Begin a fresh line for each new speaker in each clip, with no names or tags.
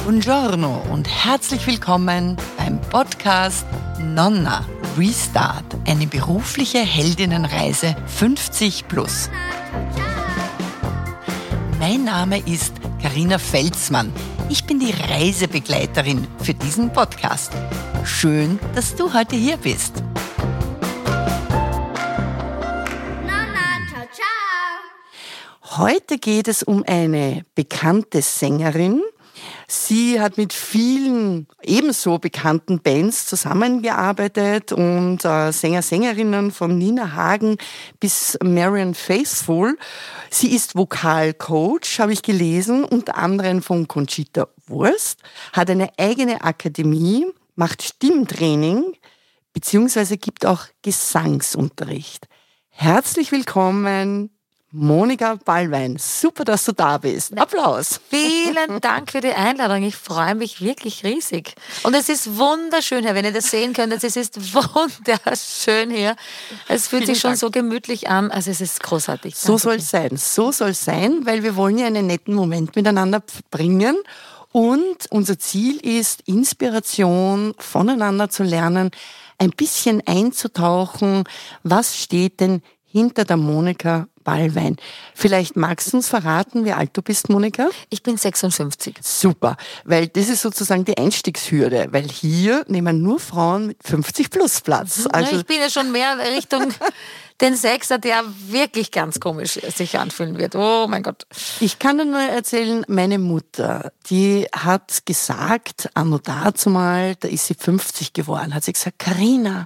Buongiorno und herzlich willkommen beim Podcast Nonna Restart, eine berufliche Heldinnenreise 50+. Mein Name ist Carina Felsmann. Ich bin die Reisebegleiterin für diesen Podcast. Schön, dass du heute hier bist. Heute geht es um eine bekannte Sängerin. Sie hat mit vielen ebenso bekannten Bands zusammengearbeitet und Sänger, Sängerinnen von Nina Hagen bis Marianne Faithfull. Sie ist Vokalcoach, habe ich gelesen, unter anderem von Conchita Wurst, hat eine eigene Akademie, macht Stimmtraining beziehungsweise gibt auch Gesangsunterricht. Herzlich willkommen, Monika Ballwein, super, dass du da bist. Applaus.
Vielen Dank für die Einladung. Ich freue mich wirklich riesig. Und es ist wunderschön hier, wenn ihr das sehen könnt. Es ist wunderschön hier. Es fühlt sich schon so gemütlich an. Also es ist großartig.
So soll es sein. So soll es sein, weil wir wollen ja einen netten Moment miteinander verbringen. Und unser Ziel ist, Inspiration voneinander zu lernen, ein bisschen einzutauchen. Was steht denn hinter der Monika Ballwein? Vielleicht magst du uns verraten, wie alt du bist, Monika?
Ich bin 56.
Super, weil das ist sozusagen die Einstiegshürde, weil hier nehmen nur Frauen mit 50 plus Platz.
Also ich bin ja schon mehr in Richtung den Sechser, der wirklich ganz komisch sich anfühlen wird. Oh mein Gott.
Ich kann dir nur erzählen, meine Mutter, die hat gesagt, anno dazu mal, da ist sie 50 geworden, hat sie gesagt, Carina,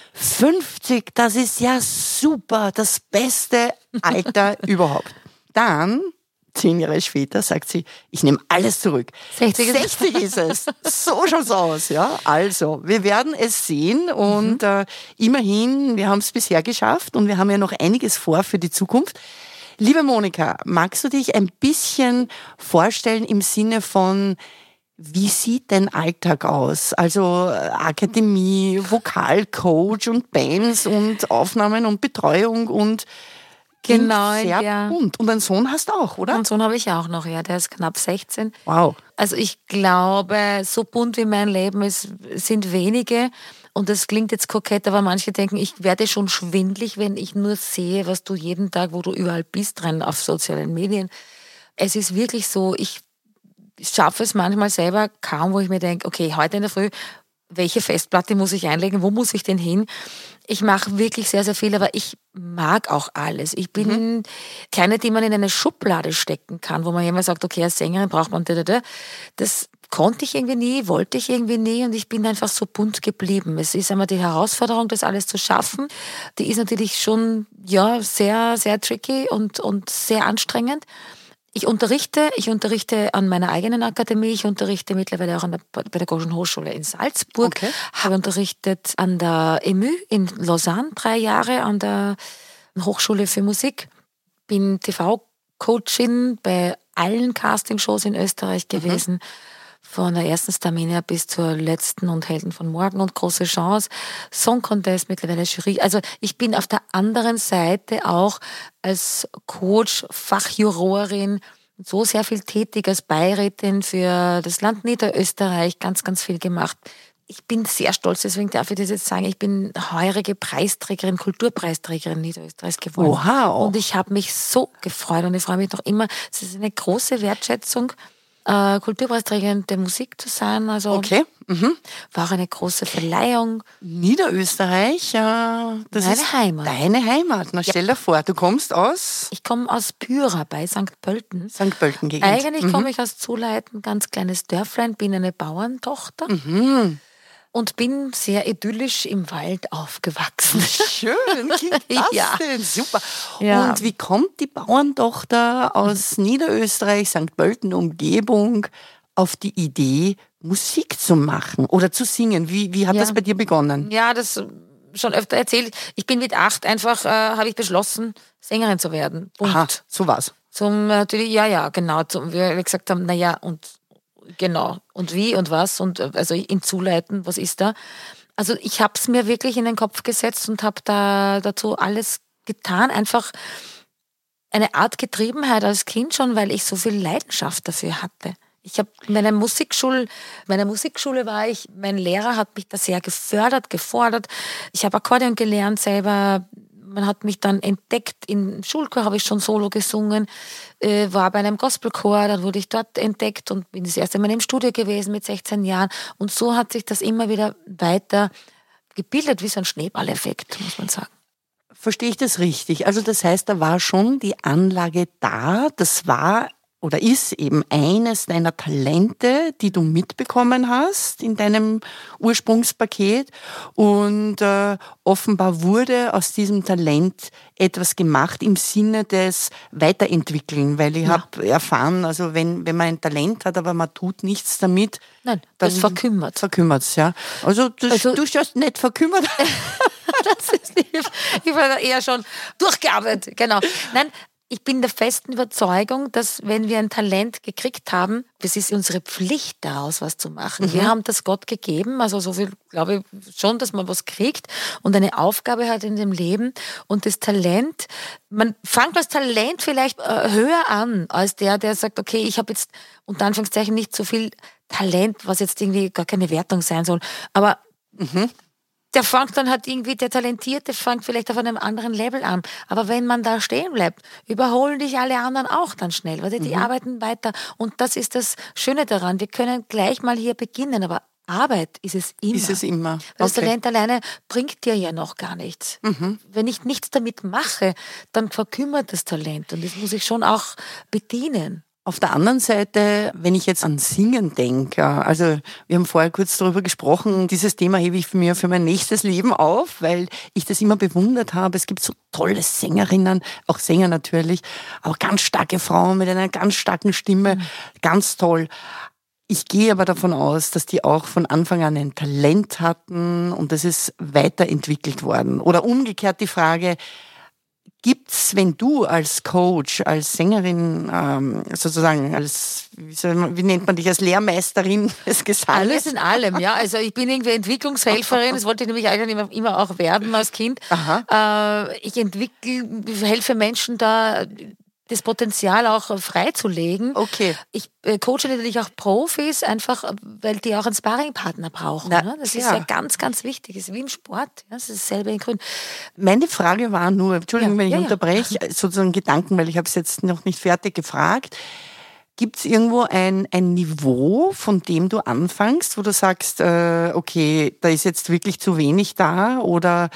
50, das ist ja super, das beste Alter überhaupt. Dann, 10 Jahre später, sagt sie, ich nehme alles zurück. 60 ist es. So schaut's aus, ja. Also, wir werden es sehen und immerhin, wir haben es bisher geschafft und wir haben ja noch einiges vor für die Zukunft. Liebe Monika, magst du dich ein bisschen vorstellen im Sinne von, wie sieht dein Alltag aus? Also Akademie, Vokalcoach und Bands und Aufnahmen und Betreuung und
genau,
sehr bunt. Und einen Sohn hast du auch, oder?
Einen Sohn habe ich auch noch, ja. Der ist knapp 16.
Wow.
Also ich glaube, so bunt wie mein Leben ist, sind wenige. Und das klingt jetzt kokett, aber manche denken, ich werde schon schwindlig, wenn ich nur sehe, was du jeden Tag, wo du überall bist, drin auf sozialen Medien. Es ist wirklich so, ich schaffe es manchmal selber kaum, wo ich mir denke, okay, heute in der Früh, welche Festplatte muss ich einlegen, wo muss ich denn hin? Ich mache wirklich sehr, sehr viel, aber ich mag auch alles. Ich bin keine, die man in eine Schublade stecken kann, wo man immer sagt, okay, als Sängerin braucht man das konnte ich irgendwie nie, wollte ich irgendwie nie und ich bin einfach so bunt geblieben. Es ist einmal die Herausforderung, das alles zu schaffen. Die ist natürlich schon sehr, sehr tricky und sehr anstrengend. Ich unterrichte an meiner eigenen Akademie, ich unterrichte mittlerweile auch an der Pädagogischen Hochschule in Salzburg, habe unterrichtet an der EMU in Lausanne 3 Jahre, an der Hochschule für Musik, bin TV-Coachin bei allen Castingshows in Österreich gewesen, von der ersten Starminia bis zur letzten und Helden von morgen und große Chance, Song Contest, mittlerweile Jury. Also ich bin auf der anderen Seite auch als Coach, Fachjurorin so sehr viel tätig, als Beirätin für das Land Niederösterreich, ganz, ganz viel gemacht. Ich bin sehr stolz, deswegen darf ich das jetzt sagen, ich bin heurige Preisträgerin, Kulturpreisträgerin Niederösterreichs geworden.
Wow.
Und ich habe mich so gefreut und ich freue mich noch immer. Es ist eine große Wertschätzung, Kulturpreisträgerin der Musik zu sein. Also war auch eine große Verleihung.
Niederösterreich, das ist
Heimat.
Deine Heimat. Na, stell dir vor, du kommst aus?
Ich komme aus Pyra bei St. Pölten.
St. Pölten-Gegend.
Eigentlich komme ich aus Zuleiten, ganz kleines Dörflein, bin eine Bauerntochter. Und bin sehr idyllisch im Wald aufgewachsen.
Schön, klingt das denn? Super.
Ja.
Und wie kommt die Bauerntochter aus Niederösterreich, St. Pölten, Umgebung, auf die Idee, Musik zu machen oder zu singen? Wie hat das bei dir begonnen?
Ja, das schon öfter erzählt. Ich bin mit 8 einfach, habe ich beschlossen, Sängerin zu werden. Punkt.
Aha, so was.
Natürlich, genau. Wir gesagt haben, genau. Und wie und was und also im Zuleiten, was ist da? Also ich habe es mir wirklich in den Kopf gesetzt und habe dazu alles getan. Einfach eine Art Getriebenheit als Kind schon, weil ich so viel Leidenschaft dafür hatte. Ich habe meiner Musikschule war ich, mein Lehrer hat mich da sehr gefordert. Ich habe Akkordeon gelernt selber. Man hat mich dann entdeckt, im Schulchor habe ich schon Solo gesungen, war bei einem Gospelchor, dann wurde ich dort entdeckt und bin das erste Mal im Studio gewesen mit 16 Jahren. Und so hat sich das immer wieder weiter gebildet, wie so ein Schneeballeffekt, muss man sagen.
Verstehe ich das richtig? Also das heißt, da war schon die Anlage da, das war oder ist eben eines deiner Talente, die du mitbekommen hast in deinem Ursprungspaket und offenbar wurde aus diesem Talent etwas gemacht im Sinne des Weiterentwickeln, weil ich habe erfahren, also wenn man ein Talent hat, aber man tut nichts damit,
nein, das verkümmert.
Verkümmert's, ja. Also du schaust nicht verkümmert.
Das ist nicht, ich war eher schon durchgearbeitet, genau. Nein, ich bin der festen Überzeugung, dass wenn wir ein Talent gekriegt haben, es ist unsere Pflicht daraus was zu machen. Wir haben das Gott gegeben, also so viel glaube ich schon, dass man was kriegt und eine Aufgabe hat in dem Leben und das Talent, man fängt das Talent vielleicht höher an, als der sagt, okay, ich habe jetzt unter Anführungszeichen nicht so viel Talent, was jetzt irgendwie gar keine Wertung sein soll, aber der fängt dann halt irgendwie, der Talentierte fängt vielleicht auf einem anderen Level an. Aber wenn man da stehen bleibt, überholen dich alle anderen auch dann schnell, weil die arbeiten weiter. Und das ist das Schöne daran. Wir können gleich mal hier beginnen, aber Arbeit ist es immer.
Ist es immer.
Weil das Talent alleine bringt dir ja noch gar nichts. Wenn ich nichts damit mache, dann verkümmert das Talent. Und das muss ich schon auch bedienen.
Auf der anderen Seite, wenn ich jetzt an Singen denke, also wir haben vorher kurz darüber gesprochen, dieses Thema hebe ich mir für mein nächstes Leben auf, weil ich das immer bewundert habe. Es gibt so tolle Sängerinnen, auch Sänger natürlich, aber ganz starke Frauen mit einer ganz starken Stimme, ganz toll. Ich gehe aber davon aus, dass die auch von Anfang an ein Talent hatten und das ist weiterentwickelt worden. Oder umgekehrt die Frage, gibt's, wenn du als Coach, als Sängerin, sozusagen als, wie nennt man dich, als Lehrmeisterin des Gesanges?
Alles in allem, ja. Also ich bin irgendwie Entwicklungshelferin, das wollte ich nämlich eigentlich immer auch werden als Kind. Ich helfe Menschen da, das Potenzial auch freizulegen.
Okay.
Ich coache natürlich auch Profis, einfach weil die auch einen Sparringpartner brauchen. Ne? Das ist ja ganz, ganz wichtig. Das ist wie im Sport. Ja? Das ist dasselbe in Grün.
Meine Frage war nur, Entschuldigung, wenn ich unterbreche, sozusagen Gedanken, weil ich habe es jetzt noch nicht fertig gefragt. Gibt es irgendwo ein Niveau, von dem du anfängst, wo du sagst, okay, da ist jetzt wirklich zu wenig da oder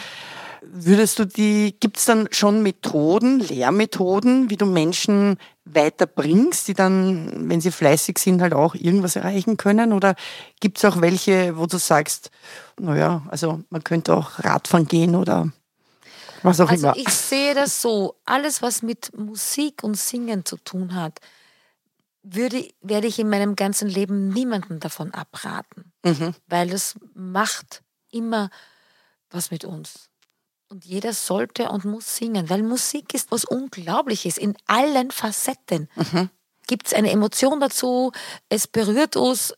gibt es dann schon Methoden, Lehrmethoden, wie du Menschen weiterbringst, die dann, wenn sie fleißig sind, halt auch irgendwas erreichen können? Oder gibt es auch welche, wo du sagst, naja, also man könnte auch Radfahren gehen oder was auch immer?
Also ich sehe das so, alles was mit Musik und Singen zu tun hat, werde ich in meinem ganzen Leben niemanden davon abraten. Weil das macht immer was mit uns. Und jeder sollte und muss singen, weil Musik ist was Unglaubliches in allen Facetten. Gibt es eine Emotion dazu, es berührt uns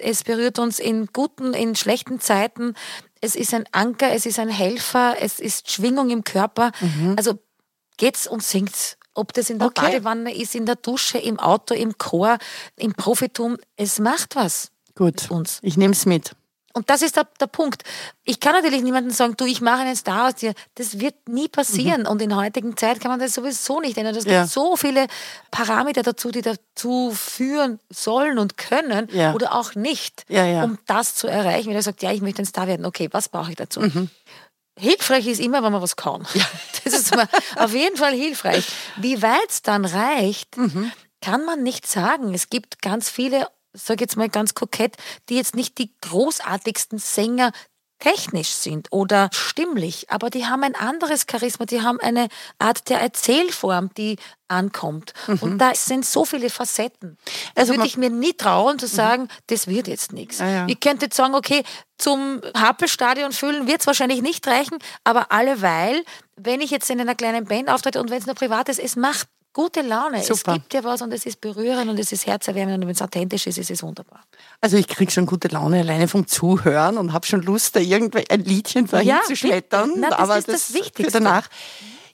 in guten, in schlechten Zeiten. Es ist ein Anker, es ist ein Helfer, es ist Schwingung im Körper. Also geht's und singt's. Ob das in der Badewanne ist, in der Dusche, im Auto, im Chor, im Profitum, es macht was mit uns.
Ich nehme es mit.
Und das ist der Punkt. Ich kann natürlich niemandem sagen, du, ich mache einen Star aus dir. Das wird nie passieren. Und in der heutigen Zeit kann man das sowieso nicht ändern. Es gibt so viele Parameter dazu, die dazu führen sollen und können oder auch nicht, um das zu erreichen. Wenn er sagt, ja, ich möchte ein Star werden. Okay, was brauche ich dazu? Hilfreich ist immer, wenn man was kann. Das ist auf jeden Fall hilfreich. Wie weit es dann reicht, kann man nicht sagen. Es gibt ganz viele, sage jetzt mal ganz kokett, die jetzt nicht die großartigsten Sänger technisch sind oder stimmlich, aber die haben ein anderes Charisma, die haben eine Art der Erzählform, die ankommt. Und da sind so viele Facetten. Also würde ich mir nie trauen zu sagen, das wird jetzt nichts. Ich könnte jetzt sagen, okay, zum Happelstadion füllen wird es wahrscheinlich nicht reichen, aber alleweil, wenn ich jetzt in einer kleinen Band auftrete und wenn es nur privat ist, es macht gute Laune. Super. Es gibt ja was und es ist berührend und es ist herzerwärmend und wenn es authentisch ist, ist es wunderbar.
Also ich kriege schon gute Laune alleine vom Zuhören und habe schon Lust, da ein Liedchen dahin zu schmettern.
Das ist das Wichtigste.
Für danach.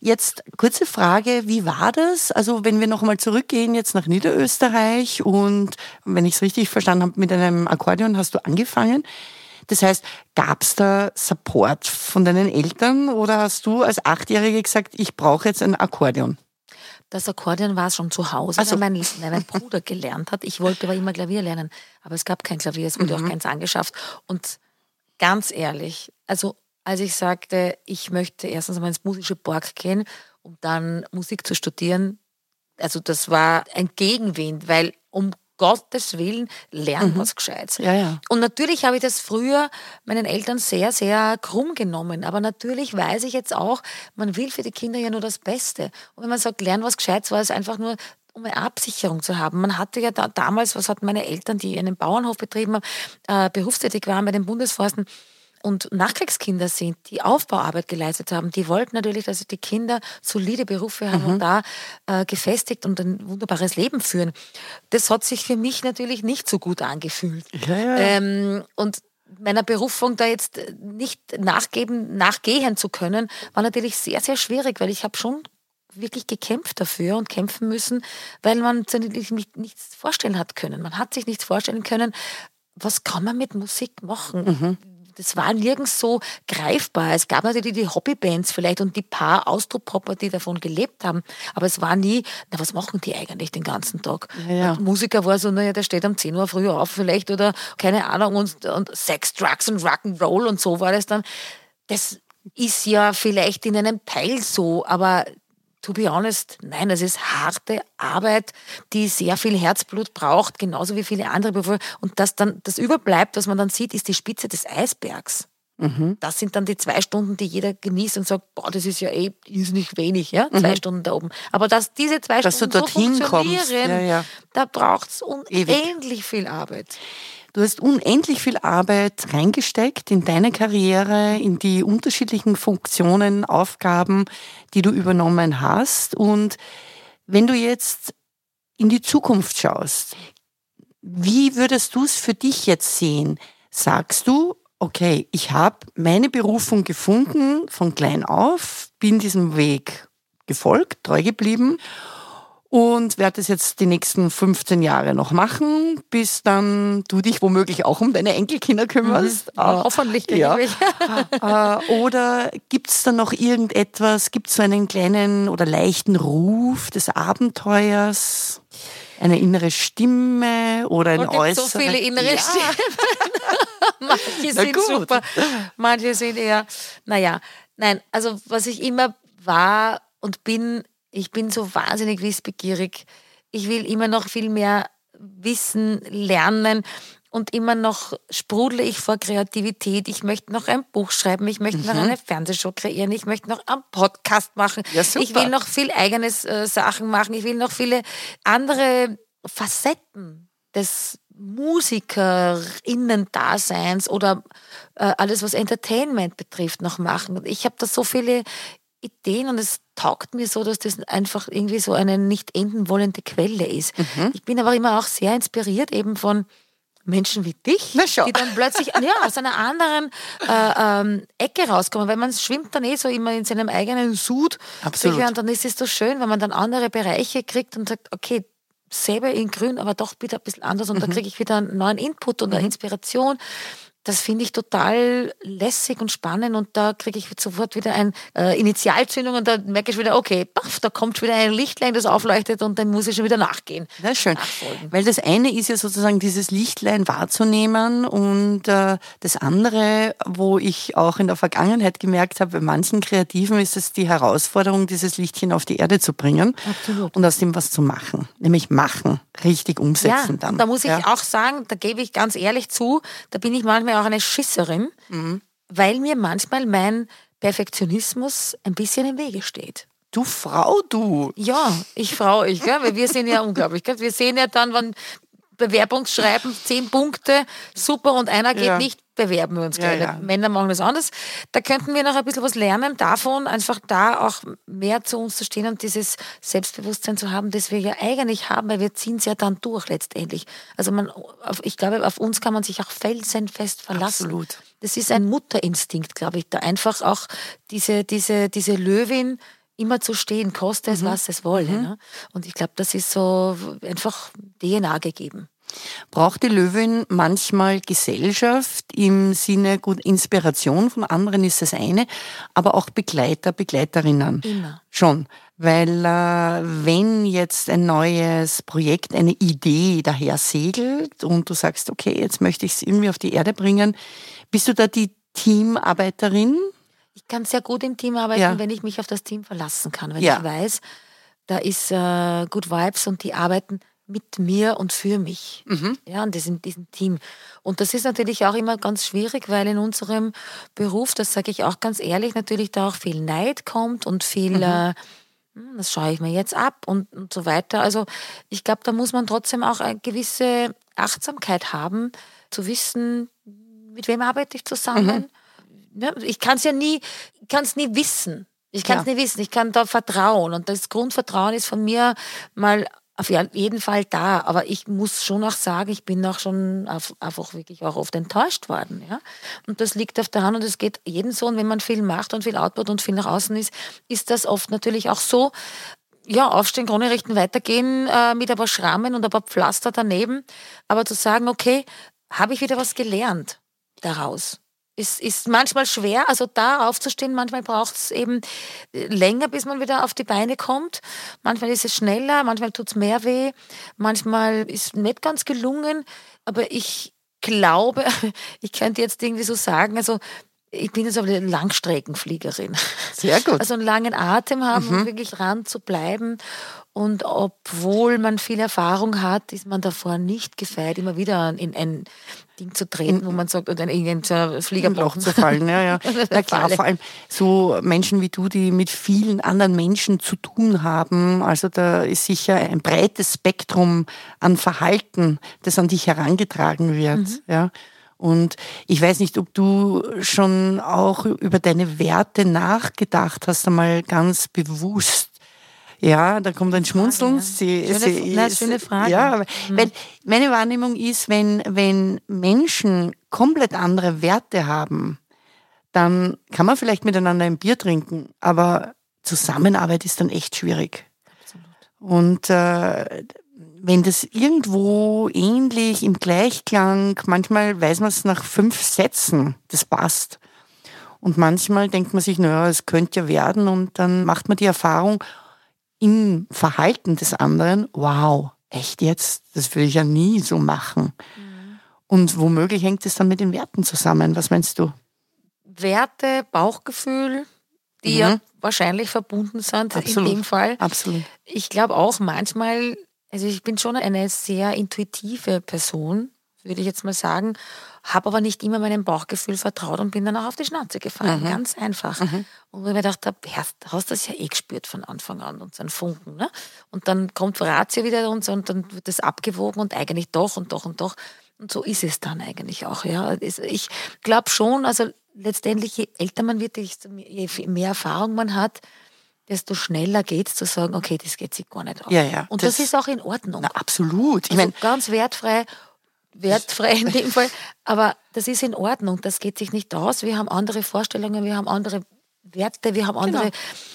Jetzt kurze Frage, wie war das? Also wenn wir nochmal zurückgehen jetzt nach Niederösterreich und wenn ich es richtig verstanden habe, mit einem Akkordeon hast du angefangen. Das heißt, gab es da Support von deinen Eltern oder hast du als Achtjährige gesagt, ich brauche jetzt ein Akkordeon?
Das Akkordeon war schon zu Hause, weil mein Bruder gelernt hat. Ich wollte aber immer Klavier lernen, aber es gab kein Klavier, es wurde auch keins angeschafft. Und ganz ehrlich, also als ich sagte, ich möchte erstens einmal ins musische Borg gehen, um dann Musik zu studieren, also das war ein Gegenwind, weil um Gottes Willen, lernen was Gescheites.
Ja.
Und natürlich habe ich das früher meinen Eltern sehr, sehr krumm genommen. Aber natürlich weiß ich jetzt auch, man will für die Kinder ja nur das Beste. Und wenn man sagt, lern was Gescheites, war es einfach nur, um eine Absicherung zu haben. Man hatte ja damals, was hatten meine Eltern, die einen Bauernhof betrieben haben, berufstätig waren bei den Bundesforsten, und Nachkriegskinder sind, die Aufbauarbeit geleistet haben, die wollten natürlich, dass die Kinder solide Berufe haben und da gefestigt und ein wunderbares Leben führen. Das hat sich für mich natürlich nicht so gut angefühlt.
Ja.
Und meiner Berufung da jetzt nicht nachgehen zu können, war natürlich sehr, sehr schwierig, weil ich habe schon wirklich gekämpft dafür und kämpfen müssen, weil man sich nichts vorstellen hat können. Man hat sich nichts vorstellen können, was kann man mit Musik machen? Das war nirgends so greifbar. Es gab natürlich die Hobbybands vielleicht und die paar Austropopper, die davon gelebt haben. Aber es war nie, was machen die eigentlich den ganzen Tag?
Ja.
Musiker war so, der steht um 10 Uhr früh auf vielleicht oder keine Ahnung und Sex, Drugs und Rock'n'Roll und so war das dann. Das ist ja vielleicht in einem Teil so, aber to be honest, nein, das ist harte Arbeit, die sehr viel Herzblut braucht, genauso wie viele andere Berufe. Und das dann, das überbleibt, was man dann sieht, ist die Spitze des Eisbergs. Das sind dann die 2 Stunden, die jeder genießt und sagt, boah, das ist ja ist nicht wenig, ja, 2 Stunden da oben. Aber dass diese 2
Dass
Stunden
du dorthin
so funktionieren,
kommst.
da braucht es unendlich viel Arbeit.
Du hast unendlich viel Arbeit reingesteckt in deine Karriere, in die unterschiedlichen Funktionen, Aufgaben, die du übernommen hast. Und wenn du jetzt in die Zukunft schaust, wie würdest du es für dich jetzt sehen? Sagst du, okay, ich habe meine Berufung gefunden von klein auf, bin diesem Weg gefolgt, treu geblieben und werde es jetzt die nächsten 15 Jahre noch machen, bis dann du dich womöglich auch um deine Enkelkinder kümmerst.
Hoffentlich.
Ja. Oder gibt es da noch irgendetwas, gibt es so einen kleinen oder leichten Ruf des Abenteuers, eine innere Stimme oder ein äußeres?
So viele innere Stimmen. Manche sind super, manche sind eher, nein, also was ich immer war und bin, ich bin so wahnsinnig wissbegierig. Ich will immer noch viel mehr wissen, lernen und immer noch sprudle ich vor Kreativität. Ich möchte noch ein Buch schreiben, ich möchte noch eine Fernsehshow kreieren, ich möchte noch einen Podcast machen.
Ja, super.
Ich will noch viel eigenes Sachen machen, ich will noch viele andere Facetten des MusikerInnen-Daseins oder alles, was Entertainment betrifft, noch machen. Ich habe da so viele Ideen und es taugt mir so, dass das einfach irgendwie so eine nicht enden wollende Quelle ist. Ich bin aber immer auch sehr inspiriert eben von Menschen wie dich, die dann plötzlich aus einer anderen Ecke rauskommen, weil man schwimmt dann so immer in seinem eigenen Sud.
Absolut.
Und dann ist es so schön, wenn man dann andere Bereiche kriegt und sagt, okay, selber in grün, aber doch wieder ein bisschen anders und da kriege ich wieder einen neuen Input und eine Inspiration. Das finde ich total lässig und spannend und da kriege ich sofort wieder eine Initialzündung und da merke ich wieder, okay, paff, da kommt wieder ein Lichtlein, das aufleuchtet und dann muss ich schon wieder nachgehen.
Na schön, weil das eine ist ja sozusagen dieses Lichtlein wahrzunehmen und das andere, wo ich auch in der Vergangenheit gemerkt habe, bei manchen Kreativen ist es die Herausforderung, dieses Lichtchen auf die Erde zu bringen.
Absolut.
Und aus dem was zu machen, nämlich machen, richtig umsetzen dann.
Und da muss ich auch sagen, da gebe ich ganz ehrlich zu, da bin ich manchmal auch eine Schisserin, weil mir manchmal mein Perfektionismus ein bisschen im Wege steht.
Du Frau, du!
Ja, gell? Weil wir sind ja unglaublich. Gell? Wir sehen ja dann, wenn Bewerbungsschreiben 10 Punkte, super, und einer geht nicht, bewerben wir uns gleich.
Ja.
Männer machen das anders. Da könnten wir noch ein bisschen was lernen davon, einfach da auch mehr zu uns zu stehen und dieses Selbstbewusstsein zu haben, das wir ja eigentlich haben, weil wir ziehen es ja dann durch letztendlich. Also ich glaube, auf uns kann man sich auch felsenfest verlassen.
Absolut.
Das ist ein Mutterinstinkt, glaube ich, da einfach auch diese Löwin immer zu stehen, koste es, was es wolle. Ne? Und ich glaube, das ist so einfach DNA gegeben.
Braucht die Löwin manchmal Gesellschaft im Sinne, gut, Inspiration von anderen ist das eine, aber auch Begleiter, Begleiterinnen?
Immer.
Schon, weil wenn jetzt ein neues Projekt, eine Idee daher segelt und du sagst, okay, jetzt möchte ich es irgendwie auf die Erde bringen, bist du da die Teamarbeiterin?
Ich kann sehr gut im Team arbeiten, wenn ich mich auf das Team verlassen kann. Wenn ich weiß, da ist Good Vibes und die arbeiten mit mir und für mich. Ja, und das in diesem Team. Und das ist natürlich auch immer ganz schwierig, weil in unserem Beruf, das sage ich auch ganz ehrlich, natürlich da auch viel Neid kommt und viel, das schaue ich mir jetzt ab und so weiter. Also ich glaube, da muss man trotzdem auch eine gewisse Achtsamkeit haben, zu wissen, mit wem arbeite ich zusammen. Ich kann es nie wissen. Ich kann es nie wissen. Ich kann da vertrauen. Und das Grundvertrauen ist von mir mal auf jeden Fall da. Aber ich muss schon auch sagen, ich bin auch schon einfach wirklich auch oft enttäuscht worden. Ja? Und das liegt auf der Hand und es geht jedem so. Und wenn man viel macht und viel output und viel nach außen ist das oft natürlich auch so, ja, aufstehen, Krone richten, weitergehen mit ein paar Schrammen und ein paar Pflaster daneben. Aber zu sagen, okay, habe ich wieder was gelernt daraus? Ist manchmal schwer, also da aufzustehen, manchmal braucht es eben länger, bis man wieder auf die Beine kommt. Manchmal ist es schneller, manchmal tut es mehr weh, manchmal ist es nicht ganz gelungen, aber ich glaube, ich könnte jetzt irgendwie so sagen, also ich bin jetzt aber eine Langstreckenfliegerin.
Sehr gut.
Also einen langen Atem haben, um wirklich dran zu bleiben. Und obwohl man viel Erfahrung hat, ist man davor nicht gefeit, immer wieder in ein Ding zu treten, wo man sagt, oder in irgendein Fliegerloch
zu fallen. Ja. Na klar, vor allem so Menschen wie du, die mit vielen anderen Menschen zu tun haben. Also da ist sicher ein breites Spektrum an Verhalten, das an dich herangetragen wird. Ja. Und ich weiß nicht, ob du schon auch über deine Werte nachgedacht hast, einmal ganz bewusst. Ja, da kommt ein Schmunzeln.
Schöne Frage.
Ja, weil meine Wahrnehmung ist, wenn Menschen komplett andere Werte haben, dann kann man vielleicht miteinander ein Bier trinken, aber Zusammenarbeit ist dann echt schwierig. Absolut. Und wenn das irgendwo ähnlich im Gleichklang, manchmal weiß man es nach 5 Sätzen, das passt. Und manchmal denkt man sich, naja, es könnte ja werden und dann macht man die Erfahrung, im Verhalten des anderen, wow, echt jetzt? Das würde ich ja nie so machen. Und womöglich hängt es dann mit den Werten zusammen. Was meinst du?
Werte, Bauchgefühl, die ja wahrscheinlich verbunden sind. Absolut. In dem Fall.
Absolut.
Ich glaube auch manchmal, also ich bin schon eine sehr intuitive Person, würde ich jetzt mal sagen, habe aber nicht immer meinem Bauchgefühl vertraut und bin dann auch auf die Schnauze gefallen. Ganz einfach. Und wo ich mir gedacht habe, hast das ja gespürt von Anfang an und so ein Funken. Ne? Und dann kommt Ratio wieder und so und dann wird das abgewogen und eigentlich doch und doch und doch. Und so ist es dann eigentlich auch. Ja. Ich glaube schon, also letztendlich, je älter man wird, je mehr Erfahrung man hat, desto schneller geht es zu sagen, okay, das geht sich gar nicht aus.
Ja,
und das ist auch in Ordnung.
Na, absolut.
Ich meine, ganz wertfrei in dem Fall, aber das ist in Ordnung, das geht sich nicht aus. Wir haben andere Vorstellungen, wir haben andere Werte, wir haben andere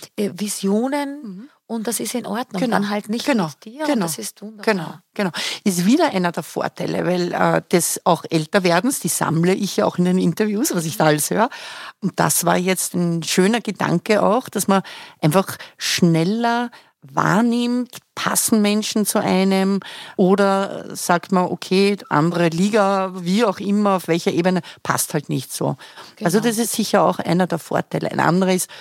Visionen und das ist in Ordnung. Dann halt nicht mit dir und das ist wunderbar.
Genau. Ist wieder einer der Vorteile, weil des auch Älterwerdens, die sammle ich ja auch in den Interviews, was ich da alles höre. Und das war jetzt ein schöner Gedanke auch, dass man einfach schneller wahrnimmt, passen Menschen zu einem oder sagt man, okay, andere Liga, wie auch immer, auf welcher Ebene, passt halt nicht so. Genau. Also das ist sicher auch einer der Vorteile. Ein anderer ist,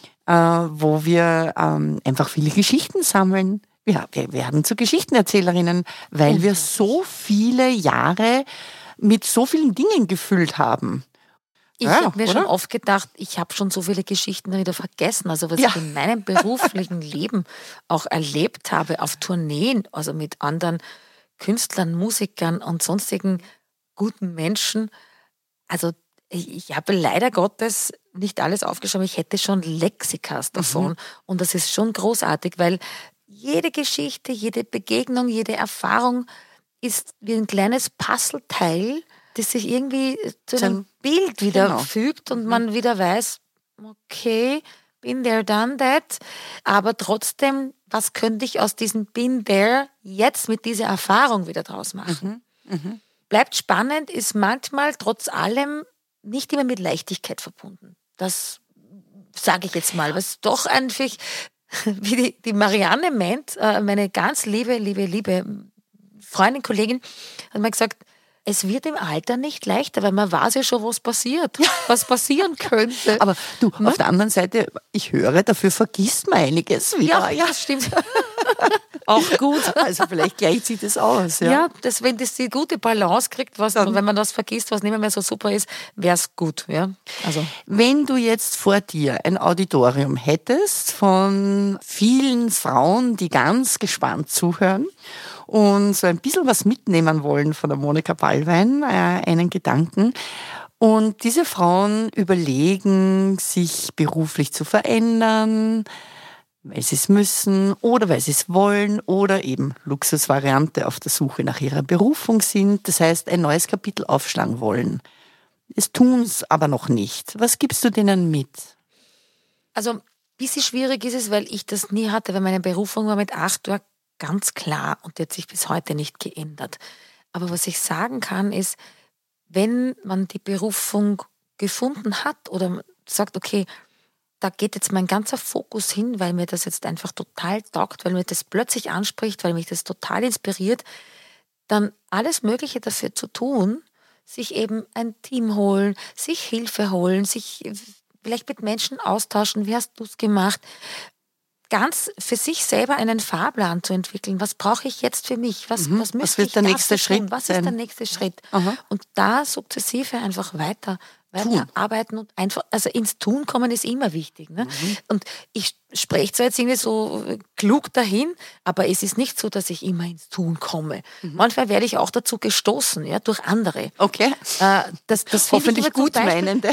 wo wir einfach viele Geschichten sammeln. Ja, wir werden zu Geschichtenerzählerinnen, weil wir so viele Jahre mit so vielen Dingen gefüllt haben.
Ich habe mir schon oft gedacht, ich habe schon so viele Geschichten wieder vergessen. Also was ich in meinem beruflichen Leben auch erlebt habe, auf Tourneen, also mit anderen Künstlern, Musikern und sonstigen guten Menschen. Also ich habe leider Gottes nicht alles aufgeschrieben. Ich hätte schon Lexikas davon. Und das ist schon großartig, weil jede Geschichte, jede Begegnung, jede Erfahrung ist wie ein kleines Puzzleteil, das sich irgendwie zu einem Bild wieder fügt und man wieder weiß, okay, been there, done that. Aber trotzdem, was könnte ich aus diesem been there jetzt mit dieser Erfahrung wieder draus machen? Bleibt spannend, ist manchmal trotz allem nicht immer mit Leichtigkeit verbunden. Das sage ich jetzt mal, was doch einfach, wie die Marianne meint, meine ganz liebe Freundin, Kollegin, hat mir gesagt, es wird im Alter nicht leichter, weil man weiß ja schon, was passiert, was passieren könnte.
Aber du, auf der anderen Seite, ich höre, dafür vergisst man einiges wieder.
Ja, stimmt. Auch gut.
Also vielleicht gleicht sich das aus.
Ja, wenn das die gute Balance kriegt, wenn man das vergisst, was nicht mehr so super ist, wäre es gut. Ja? Also.
Wenn du jetzt vor dir ein Auditorium hättest von vielen Frauen, die ganz gespannt zuhören und so ein bisschen was mitnehmen wollen von der Monika Ballwein, einen Gedanken. Und diese Frauen überlegen, sich beruflich zu verändern, weil sie es müssen oder weil sie es wollen oder eben Luxusvariante auf der Suche nach ihrer Berufung sind. Das heißt, ein neues Kapitel aufschlagen wollen. Es tun es aber noch nicht. Was gibst du denen mit?
Also ein bisschen schwierig ist es, weil ich das nie hatte, weil meine Berufung war mit 8 Jahren ganz klar und die hat sich bis heute nicht geändert. Aber was ich sagen kann ist, wenn man die Berufung gefunden hat oder sagt, okay, da geht jetzt mein ganzer Fokus hin, weil mir das jetzt einfach total taugt, weil mir das plötzlich anspricht, weil mich das total inspiriert, dann alles Mögliche dafür zu tun, sich eben ein Team holen, sich Hilfe holen, sich vielleicht mit Menschen austauschen, wie hast du es gemacht, ganz für sich selber einen Fahrplan zu entwickeln. Was brauche ich jetzt für mich? Was
wird der nächste Schritt?
Was ist der nächste Schritt? Und da sukzessive einfach weiter arbeiten und einfach, also ins Tun kommen ist immer wichtig. Ne? Und ich spreche zwar jetzt irgendwie so klug dahin, aber es ist nicht so, dass ich immer ins Tun komme. Manchmal werde ich auch dazu gestoßen, ja, durch andere.
Okay.
Das
hoffentlich gut meinende.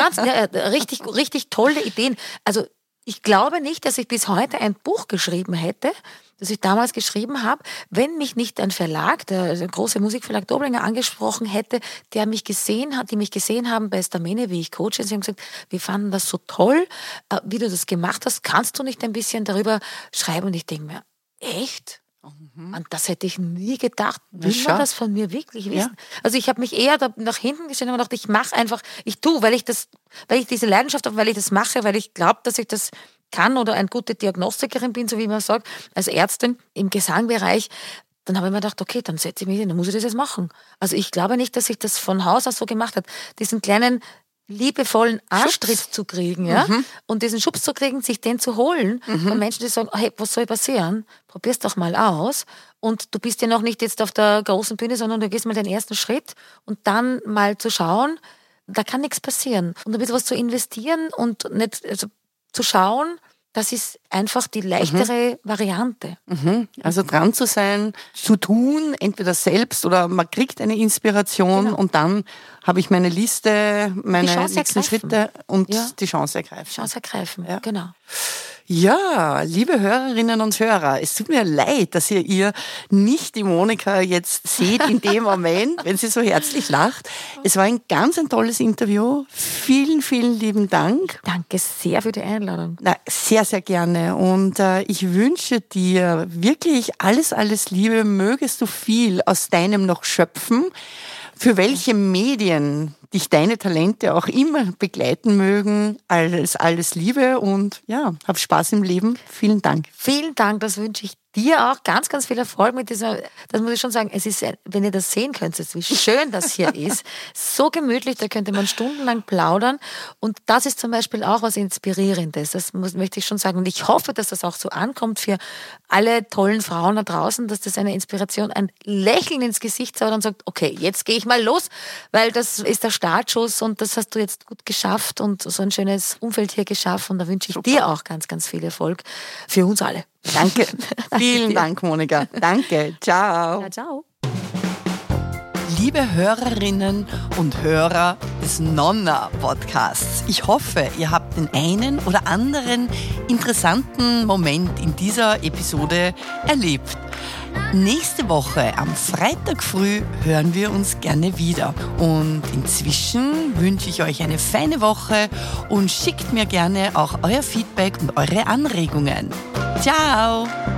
Richtig tolle Ideen. Also ich glaube nicht, dass ich bis heute ein Buch geschrieben hätte, das ich damals geschrieben habe, wenn mich nicht ein Verlag, der große Musikverlag Doblinger, angesprochen hätte, die mich gesehen haben bei Stamene, wie ich coache. Sie haben gesagt, wir fanden das so toll, wie du das gemacht hast. Kannst du nicht ein bisschen darüber schreiben? Und ich denke mir, echt? Und das hätte ich nie gedacht. Will man das von mir wirklich wissen? Ja. Also ich habe mich eher nach hinten gestellt und gedacht, ich mache einfach, ich tue, weil ich diese Leidenschaft habe, weil ich das mache, weil ich glaube, dass ich das kann oder eine gute Diagnostikerin bin, so wie man sagt, als Ärztin im Gesangbereich. Dann habe ich mir gedacht, okay, dann setze ich mich hin, dann muss ich das jetzt machen. Also ich glaube nicht, dass ich das von Haus aus so gemacht habe. Diesen kleinen liebevollen Arschtritt zu kriegen, ja, und diesen Schubs zu kriegen, sich den zu holen, von Menschen, die sagen, hey, was soll passieren? Probier's doch mal aus. Und du bist ja noch nicht jetzt auf der großen Bühne, sondern du gehst mal den ersten Schritt und dann mal zu schauen, da kann nichts passieren. Und ein bisschen was zu investieren und nicht, also zu schauen, das ist einfach die leichtere Variante.
Also dran zu sein, zu tun, entweder selbst oder man kriegt eine Inspiration und dann habe ich meine Liste, meine nächsten Schritte und die Chance ergreifen.
Ja. Genau.
Ja, liebe Hörerinnen und Hörer, es tut mir leid, dass ihr nicht die Monika jetzt seht in dem Moment, wenn sie so herzlich lacht. Es war ein tolles Interview. Vielen, vielen lieben Dank.
Danke sehr für die Einladung.
Sehr, sehr gerne. Und ich wünsche dir wirklich alles Liebe. Mögest du viel aus deinem noch schöpfen. Für welche Medien dich deine Talente auch immer begleiten mögen. Alles Liebe und hab Spaß im Leben. Vielen Dank.
Vielen Dank, das wünsche ich dir auch. Ganz viel Erfolg mit dieser, das muss ich schon sagen, es ist, wenn ihr das sehen könnt, wie schön das hier ist. So gemütlich, da könnte man stundenlang plaudern. Und das ist zum Beispiel auch was Inspirierendes. Das möchte ich schon sagen. Und ich hoffe, dass das auch so ankommt für alle tollen Frauen da draußen, dass das eine Inspiration, ein Lächeln ins Gesicht zaubert und sagt, okay, jetzt gehe ich mal los, weil das ist der Startschuss und das hast du jetzt gut geschafft und so ein schönes Umfeld hier geschaffen. Und da wünsche ich dir auch ganz viel Erfolg für uns alle.
Danke. Vielen Dank, Monika. Danke. Ciao.
Ja, ciao.
Liebe Hörerinnen und Hörer des Nonna-Podcasts, ich hoffe, ihr habt den einen oder anderen interessanten Moment in dieser Episode erlebt. Nächste Woche am Freitag früh hören wir uns gerne wieder. Und inzwischen wünsche ich euch eine feine Woche und schickt mir gerne auch euer Feedback und eure Anregungen. Ciao!